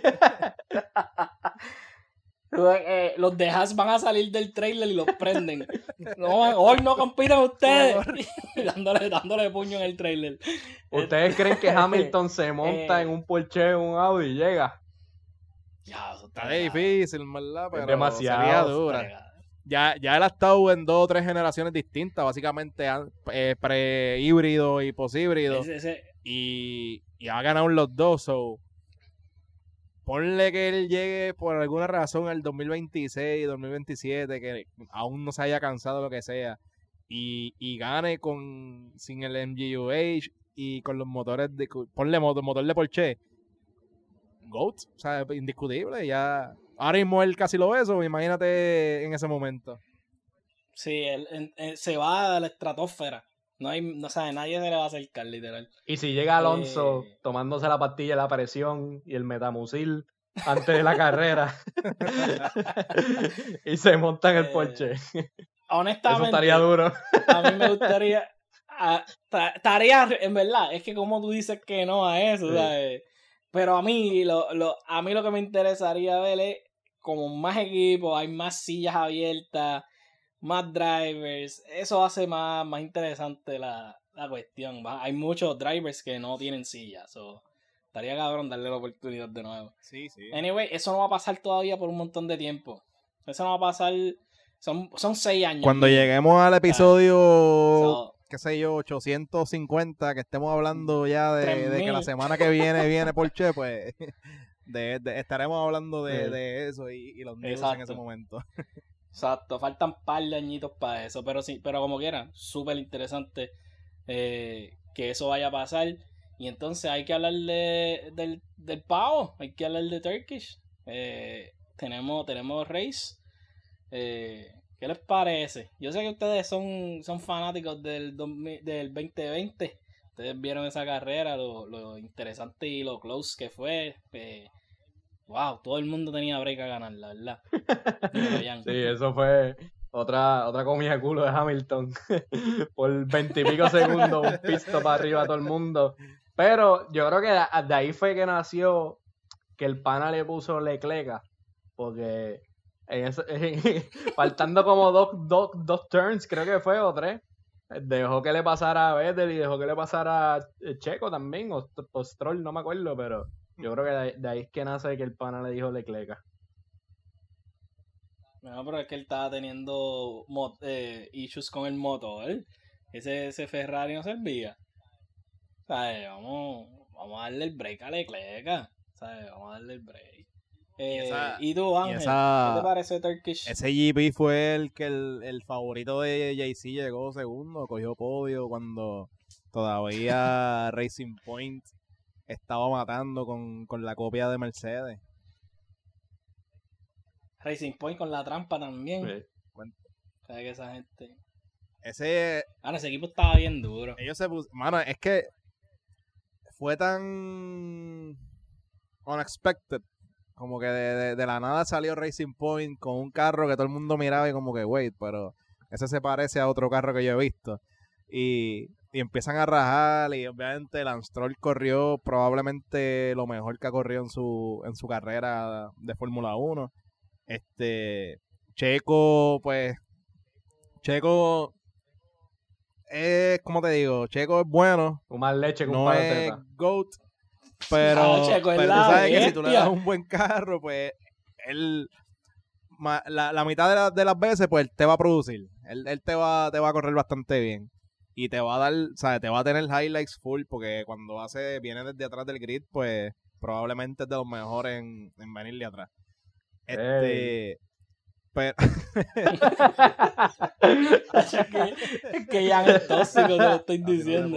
Los de Haas van a salir del trailer y los prenden. No, hoy no compiten ustedes. dándole puño en el trailer. ¿Ustedes creen que Hamilton se monta en un Porsche o un Audi y llega? Ya, eso está difícil, ¿verdad? Pero demasiado. Sería dura. Ya él ha estado en 2 o 3 generaciones distintas, básicamente pre-híbrido y poshíbrido. Y ha ganado los dos. So, ponle que él llegue por alguna razón al 2026, 2027, que aún no se haya cansado, lo que sea, y gane sin el MGUH y con los motores ponle motor de Porsche. GOAT, o sea, indiscutible, ya. Ahora mismo él casi lo es, imagínate en ese momento. Sí, él se va a la estratosfera. No sabe, nadie se le va a acercar, literal. Y si llega Alonso tomándose la pastilla de la presión y el metamucil antes de la carrera y se monta en el Porsche. Honestamente, eso estaría duro. A mí me gustaría. En verdad, es que como tú dices que no a eso, sí. ¿Sabes? Pero a mí lo que me interesaría ver es como más equipos, hay más sillas abiertas, más drivers. Eso hace más interesante la cuestión. Hay muchos drivers que no tienen sillas. So, estaría cabrón darle la oportunidad de nuevo. Sí. Anyway, eso no va a pasar todavía por un montón de tiempo. Eso no va a pasar. Son 6 años. Cuando lleguemos al episodio... qué sé yo, 850, que estemos hablando ya de que la semana que viene Porsche, pues estaremos hablando de eso y los news en ese momento. Exacto, faltan par de añitos para eso, pero como quiera, súper interesante que eso vaya a pasar. Y entonces hay que hablar del pavo, hay que hablar de Turkish. Tenemos race, que ¿Qué les parece? Yo sé que ustedes son fanáticos del 2020. Ustedes vieron esa carrera, lo interesante y lo close que fue. Wow, todo el mundo tenía break a ganarla, ¿verdad? Sí, eso fue otra comida de culo de Hamilton. Por 20 y pico segundos, un pisto para arriba a todo el mundo. Pero yo creo que de ahí fue que nació que el pana le puso Leclerc, porque faltando como dos turns, creo que fue, o 3, dejó que le pasara a Vettel y dejó que le pasara a Checo también, o Stroll, no me acuerdo, pero yo creo que de ahí es que nace que el pana le dijo Leclerc. No, pero es que él estaba teniendo issues con el motor. Ese Ferrari no servía. ¿Sabes? Vamos a darle el break a Leclerc. ¿Sabes? Vamos a darle el break. ¿Y tú, Ángel? ¿Qué te parece Turkish? Ese GP fue el favorito de JC, llegó segundo, cogió podio cuando todavía Racing Point estaba matando con la copia de Mercedes. Racing Point con la trampa también. Sí. ¿Sabes que esa gente? Ese equipo estaba bien duro. Ellos se pusieron... Mano, es que fue tan unexpected. Como que de la nada salió Racing Point con un carro que todo el mundo miraba y como que, wait, pero ese se parece a otro carro que yo he visto. Y empiezan a rajar y obviamente Lance Stroll corrió probablemente lo mejor que ha corrido en su carrera de Fórmula 1. Checo es, como te digo, Checo es bueno. Un más leche con no es GOAT, pero tú sabes que si tú le das un buen carro, pues él la mitad de las veces pues te va a producir. Él te va a correr bastante bien. Y te va a dar, ¿sabes? Te va a tener highlights full, porque cuando viene desde atrás del grid, pues probablemente es de los mejores en venir de atrás. Pero es que ya es tóxico, te lo estoy diciendo.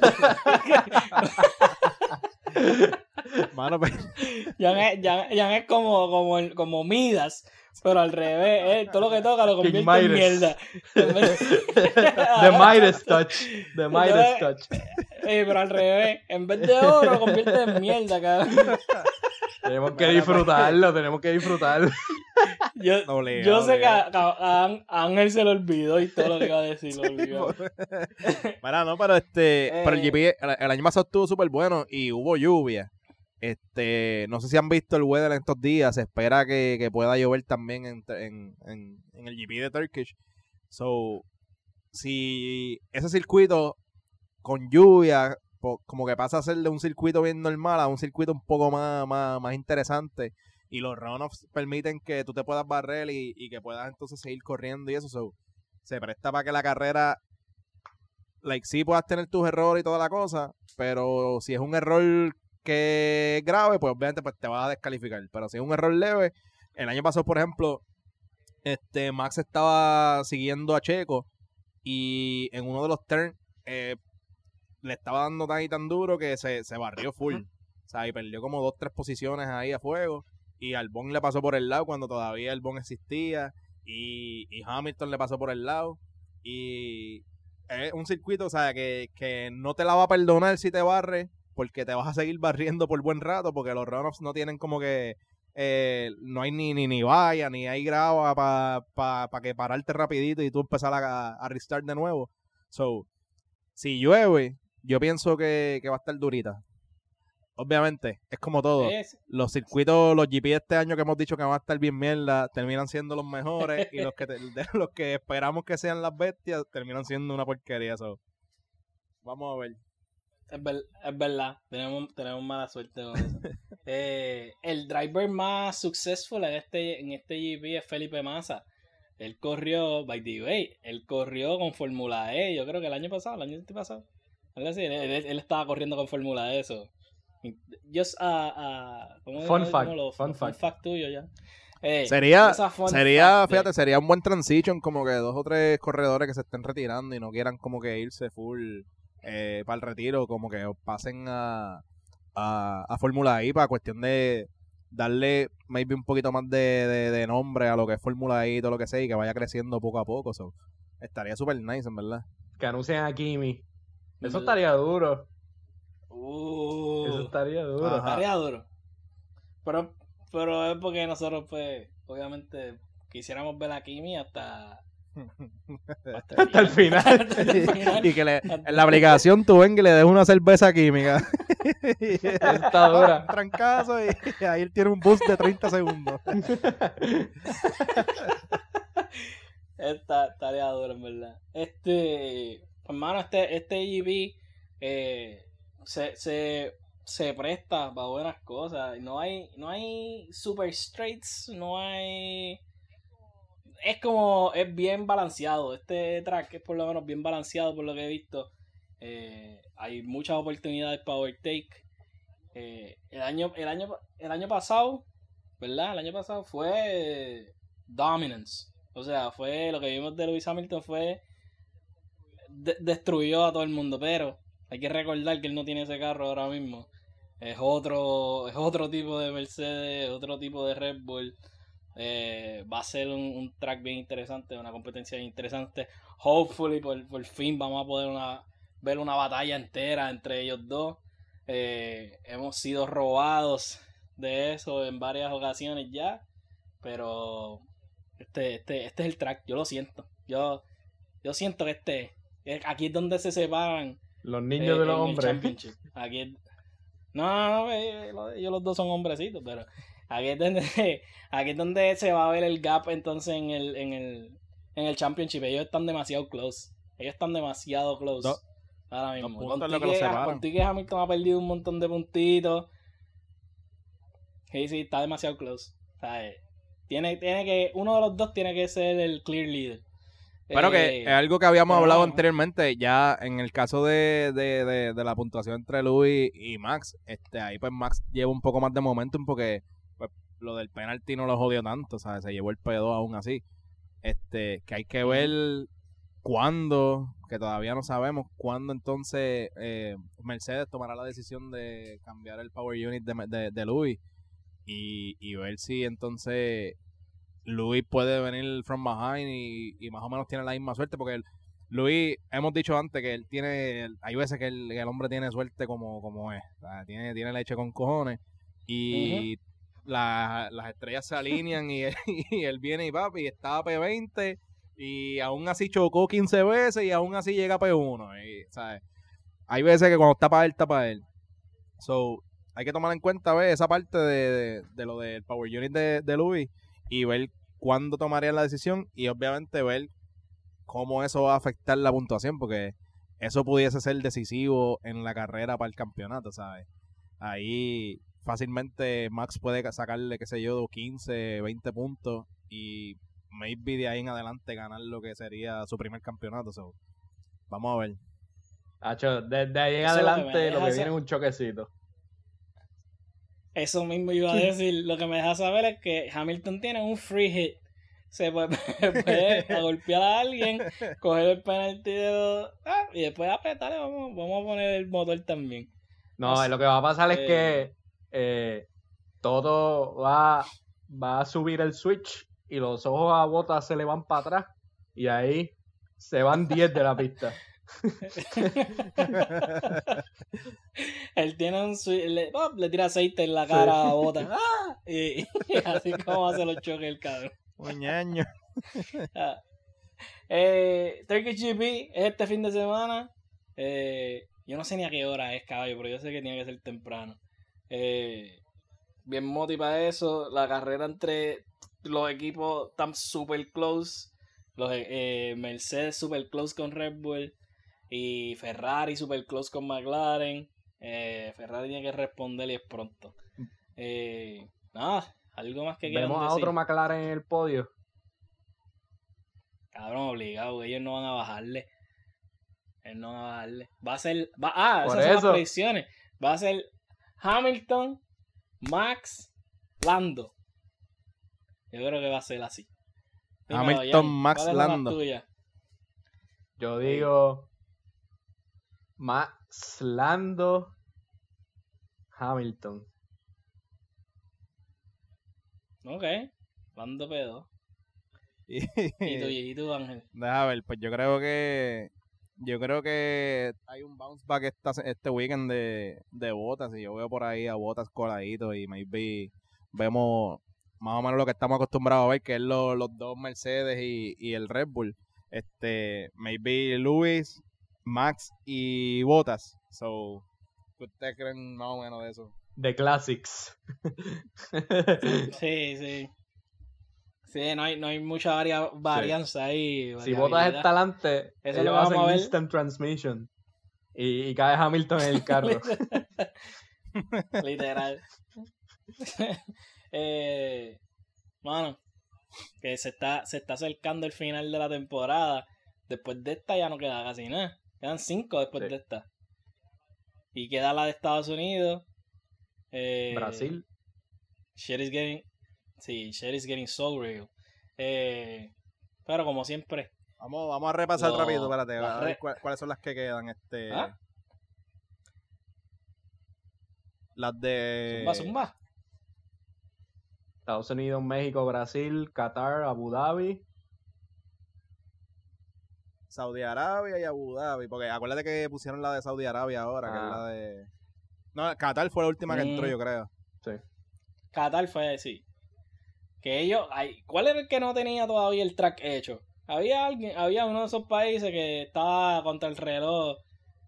Mano, pero... ya es como Midas, pero al revés, todo lo que toca lo convierte en mierda. The Midas touch. The Midas touch. Pero al revés, en vez de oro lo convierte en mierda, cabrón. Tenemos que disfrutarlo. Yo sé que a Ángel se lo olvidó y todo lo que iba a decir lo olvidó. Pero pero el GP el año pasado estuvo súper bueno y hubo lluvia. No sé si han visto el weather en estos días. Se espera que pueda llover también en el GP de Turkish. So, si ese circuito con lluvia como que pasa a ser de un circuito bien normal a un circuito un poco más interesante, y los runoffs permiten que tú te puedas barrer y que puedas entonces seguir corriendo y eso, se presta para que la carrera, sí puedas tener tus errores y toda la cosa, pero si es un error que es grave, pues obviamente pues te vas a descalificar. Pero si es un error leve, el año pasado, por ejemplo, Max estaba siguiendo a Checo y en uno de los turns le estaba dando tan y tan duro que se barrió full. O sea, y perdió como 2-3 posiciones ahí a fuego. Y Albon le pasó por el lado cuando todavía Albon existía. Y Hamilton le pasó por el lado. Y es un circuito, o sea, que no te la va a perdonar si te barre, porque te vas a seguir barriendo por buen rato, porque los runoffs no tienen como que... no hay ni valla, ni hay grava para que pararte rapidito y tú empezar a restart de nuevo. So, si llueve, yo pienso que va a estar durita. Obviamente, es como todo. Los circuitos, los GP este año que hemos dicho que van a estar bien mierda, terminan siendo los mejores, y los que esperamos que sean las bestias, terminan siendo una porquería. So, vamos a ver. Es verdad, tenemos mala suerte con eso. El driver más successful en este GP es Felipe Massa. Él corrió, by the way, con Fórmula E, yo creo que el año pasado. Algo así, él estaba corriendo con Fórmula E, eso. Fun fact tuyo ya. Sería un buen transition, como que 2 o 3 corredores que se estén retirando y no quieran como que irse full para el retiro, como que pasen a Fórmula E para cuestión de darle maybe un poquito más de nombre a lo que es Fórmula E y todo lo que sea y que vaya creciendo poco a poco. So, estaría súper nice, en verdad. Que anuncien a Kimi. Eso estaría duro. Eso estaría duro. Ajá. Estaría duro. Pero es porque nosotros, pues, obviamente, quisiéramos ver a Kimi hasta el final. Y que en la aplicación tú ven que le des una cerveza química. Está dura. Un trancazo y ahí él tiene un boost de 30 segundos. Estaría duro, en verdad. Hermano, este GP se presta para buenas cosas. No hay super straights, no hay... Es bien balanceado. Este track es por lo menos bien balanceado por lo que he visto. Hay muchas oportunidades para overtake. El año pasado, ¿verdad? El año pasado fue dominance. O sea, fue lo que vimos de Lewis Hamilton fue destruyó a todo el mundo, pero hay que recordar que él no tiene ese carro ahora mismo. Es otro tipo de Mercedes, otro tipo de Red Bull. Va a ser un track bien interesante, una competencia bien interesante. Hopefully por fin vamos a poder ver una batalla entera entre ellos dos. Hemos sido robados de eso en varias ocasiones ya, pero este es el track, yo lo siento. Yo siento que aquí es donde se separan los niños de los hombres. Aquí no, ellos los dos son hombrecitos, pero aquí es donde se va a ver el gap entonces en el Championship. Ellos están demasiado close. Ahora mismo. Contigo que Hamilton ha perdido un montón de puntitos. Sí, está demasiado close. O sea, tiene que uno de los dos tiene que ser el clear leader. Pero que es algo que habíamos hablado anteriormente, ya en el caso de la puntuación entre Lewis y Max, ahí pues Max lleva un poco más de momentum porque pues, lo del penalti no lo jodió tanto, ¿sabes? Se llevó el P2 aún así. Que hay que ver cuándo, que todavía no sabemos, cuándo entonces Mercedes tomará la decisión de cambiar el power unit de Lewis y ver si entonces Luis puede venir from behind y más o menos tiene la misma suerte porque Luis, hemos dicho antes que él tiene, hay veces que el hombre tiene suerte como es, o sea, tiene leche con cojones y las estrellas se alinean y él viene y papi, y está a P20 y aún así chocó 15 veces y aún así llega a P1 y, ¿sabes? Hay veces que cuando está para él. So, hay que tomar en cuenta esa parte de lo del power unit de Luis y ver cuándo tomarían la decisión y obviamente ver cómo eso va a afectar la puntuación porque eso pudiese ser decisivo en la carrera para el campeonato, ¿sabes? Ahí fácilmente Max puede sacarle, qué sé yo, 15, 20 puntos y maybe de ahí en adelante ganar lo que sería su primer campeonato. So, vamos a ver. Hacho, desde ahí en adelante lo que viene es un choquecito. Eso mismo iba a decir. Lo que me deja saber es que Hamilton tiene un free hit. Se puede golpear a alguien, coger el penalti y después apretarle. Vamos a poner el motor también. No, lo que va a pasar es que todo va a subir el switch y los ojos a Bottas se le van para atrás y ahí se van 10 de la pista. Él tiene un le tira aceite en la cara a Bottas y así como hace los choques el cabrón. Muñaño. Turkish GP es este fin de semana. Yo no sé ni a qué hora es, caballo, pero yo sé que tiene que ser temprano. Bien moti para eso. La carrera entre los equipos están super close. Los Mercedes super close con Red Bull y Ferrari super close con McLaren. Ferrari tiene que responder y es pronto. Algo más que quieran decir. Vemos a otro McLaren en el podio. Cabrón, obligado, ellos no van a bajarle. Va a ser. Esas son las predicciones. Va a ser Hamilton, Max, Lando. Yo creo que va a ser así. Dímelo, Hamilton, Jan, Max, Lando. Yo digo Max, Lando, Hamilton. Ok, dando pedo. ¿Y tú, Ángel? Deja ver, pues yo creo que hay un bounce back este weekend de Bottas, y yo veo por ahí a Bottas coladito, y maybe vemos más o menos lo que estamos acostumbrados a ver, que es los dos Mercedes y el Red Bull. Maybe Lewis, Max y Bottas. So, ¿qué ustedes creen más o menos de eso? The Classics. Sí. Sí, no hay mucha varianza ahí. Si Bottas está adelante, eso lo vamos a ver. Instant transmission. Y cae Hamilton en el carro. Literal. Mano, que se está acercando el final de la temporada. Después de esta ya no queda casi nada. Quedan 5 después de esta. Y queda la de Estados Unidos. Brasil. Shit is getting so real. Pero como siempre. Vamos a repasar rápido, espérate, a ver cuáles son las que quedan. Las de... Zumba. Estados Unidos, México, Brasil, Qatar, Abu Dhabi. Saudi Arabia y Abu Dhabi, porque acuérdate que pusieron la de Saudi Arabia ahora, que es la de... No, Qatar fue la última que entró, yo creo. Sí. Qatar fue, sí. Que ellos... ¿Cuál era el que no tenía todavía el track hecho? Había uno de esos países que estaba contra el reloj.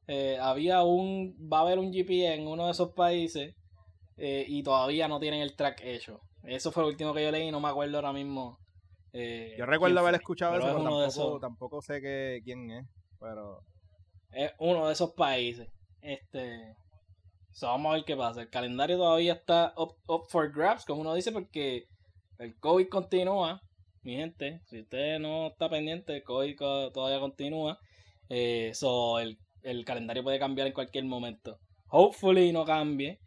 Va a haber un GP en uno de esos países y todavía no tienen el track hecho. Eso fue lo último que yo leí y no me acuerdo ahora mismo. Yo recuerdo haber escuchado eso, pero tampoco sé quién es. Pero es uno de esos países. Vamos a ver qué pasa. El calendario todavía está up for grabs, como uno dice, porque el COVID continúa. Mi gente, si usted no está pendiente, el COVID todavía continúa. El calendario puede cambiar en cualquier momento. Hopefully no cambie.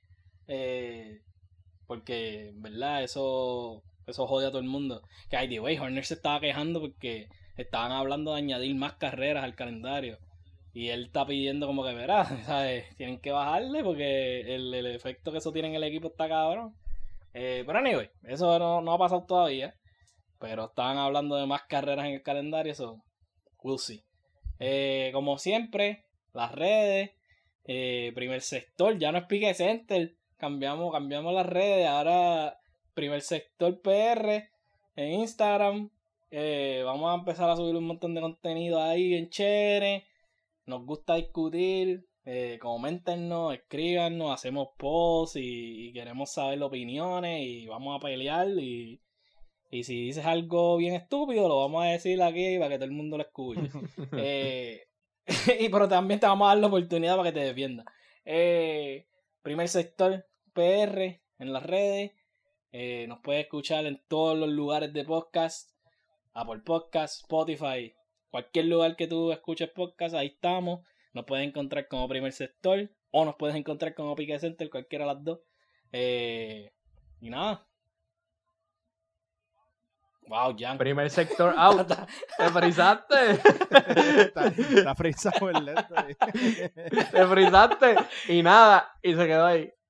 Porque, ¿verdad? Eso jode a todo el mundo. Que anyway, Horner se estaba quejando porque estaban hablando de añadir más carreras al calendario. Y él está pidiendo como que, verá, ¿sabes? Tienen que bajarle porque el efecto que eso tiene en el equipo está cabrón. Pero anyway, eso no ha pasado todavía. Pero estaban hablando de más carreras en el calendario, eso we'll see. Como siempre, las redes, primer sector, ya no es Pique Center, cambiamos las redes, ahora primer sector PR en Instagram. Vamos a empezar a subir un montón de contenido ahí bien chévere. Nos gusta discutir, coméntenos, escríbanos, hacemos posts y queremos saber las opiniones y vamos a pelear y si dices algo bien estúpido lo vamos a decir aquí para que todo el mundo lo escuche. Pero también te vamos a dar la oportunidad para que te defiendas. Primer sector PR en las redes. Nos puedes escuchar en todos los lugares de podcast. Apple Podcast, Spotify, cualquier lugar que tú escuches podcast, ahí estamos. Nos puedes encontrar como Primer Sector o nos puedes encontrar como Pique Center, cualquiera de las dos. Y nada. Wow, Jan. Primer sector out. Te frizaste. Está frizado el lento. Te frizaste. Y nada. Y se quedó ahí.